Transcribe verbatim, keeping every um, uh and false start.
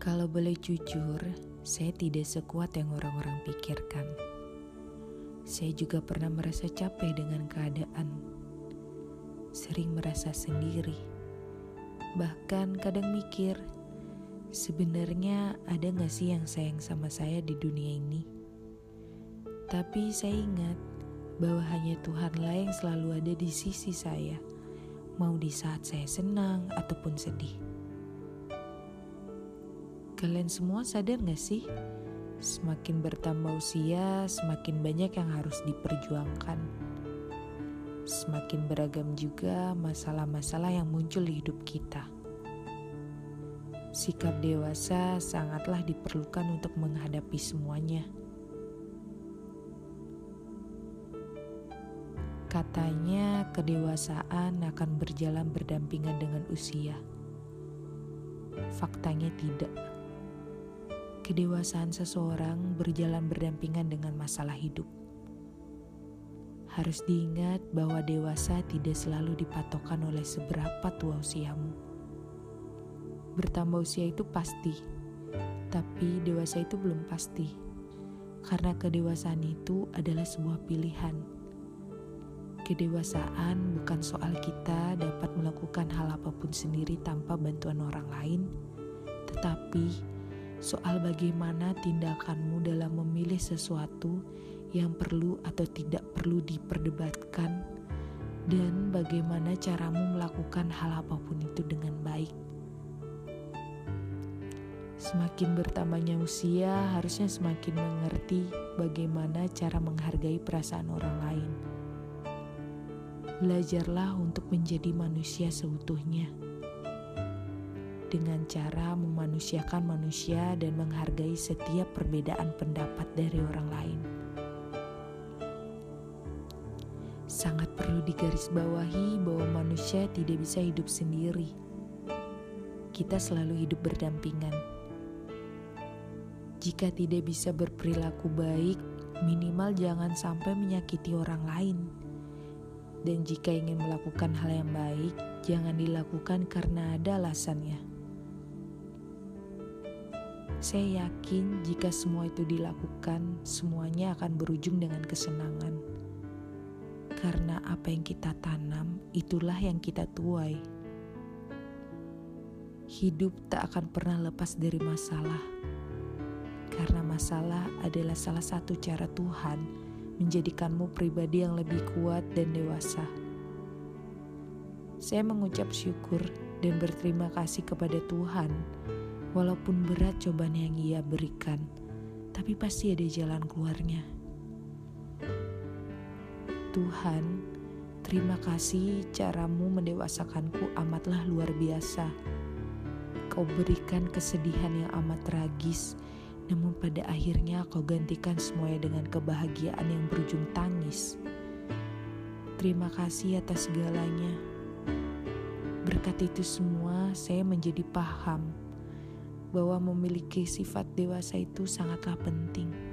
Kalau boleh jujur, saya tidak sekuat yang orang-orang pikirkan. Saya juga pernah merasa capek dengan keadaan. Sering merasa sendiri. Bahkan kadang mikir, sebenarnya ada gak sih yang sayang sama saya di dunia ini? Tapi saya ingat bahwa hanya Tuhanlah yang selalu ada di sisi saya, mau di saat saya senang ataupun sedih. Kalian semua sadar gak sih? Semakin bertambah usia, semakin banyak yang harus diperjuangkan. Semakin beragam juga masalah-masalah yang muncul di hidup kita. Sikap dewasa sangatlah diperlukan untuk menghadapi semuanya. Katanya kedewasaan akan berjalan berdampingan dengan usia. Faktanya tidak. Kedewasaan seseorang berjalan berdampingan dengan masalah hidup. Harus diingat bahwa dewasa tidak selalu dipatokkan oleh seberapa tua usiamu. Bertambah usia itu pasti, tapi dewasa itu belum pasti. Karena kedewasaan itu adalah sebuah pilihan. Kedewasaan bukan soal kita dapat melakukan hal apapun sendiri tanpa bantuan orang lain, tetapi soal bagaimana tindakanmu dalam memilih sesuatu yang perlu atau tidak perlu diperdebatkan, dan bagaimana caramu melakukan hal apapun itu dengan baik. Semakin bertambahnya usia, harusnya semakin mengerti bagaimana cara menghargai perasaan orang lain. Belajarlah untuk menjadi manusia seutuhnya, dengan cara memanusiakan manusia dan menghargai setiap perbedaan pendapat dari orang lain. Sangat perlu digarisbawahi bahwa manusia tidak bisa hidup sendiri. Kita selalu hidup berdampingan. Jika tidak bisa berperilaku baik, minimal jangan sampai menyakiti orang lain. Dan jika ingin melakukan hal yang baik, jangan dilakukan karena ada alasannya. Saya yakin jika semua itu dilakukan, semuanya akan berujung dengan kesenangan. Karena apa yang kita tanam, itulah yang kita tuai. Hidup tak akan pernah lepas dari masalah. Karena masalah adalah salah satu cara Tuhan menjadikanmu pribadi yang lebih kuat dan dewasa. Saya mengucap syukur dan berterima kasih kepada Tuhan, walaupun berat cobaan yang Ia berikan, tapi pasti ada jalan keluarnya. Tuhan, terima kasih caramu mendewasakanku amatlah luar biasa. Kau berikan kesedihan yang amat tragis, namun pada akhirnya kau gantikan semuanya dengan kebahagiaan yang berujung tangis. Terima kasih atas segalanya. Berkat itu semua, saya menjadi paham bahwa memiliki sifat dewasa itu sangatlah penting.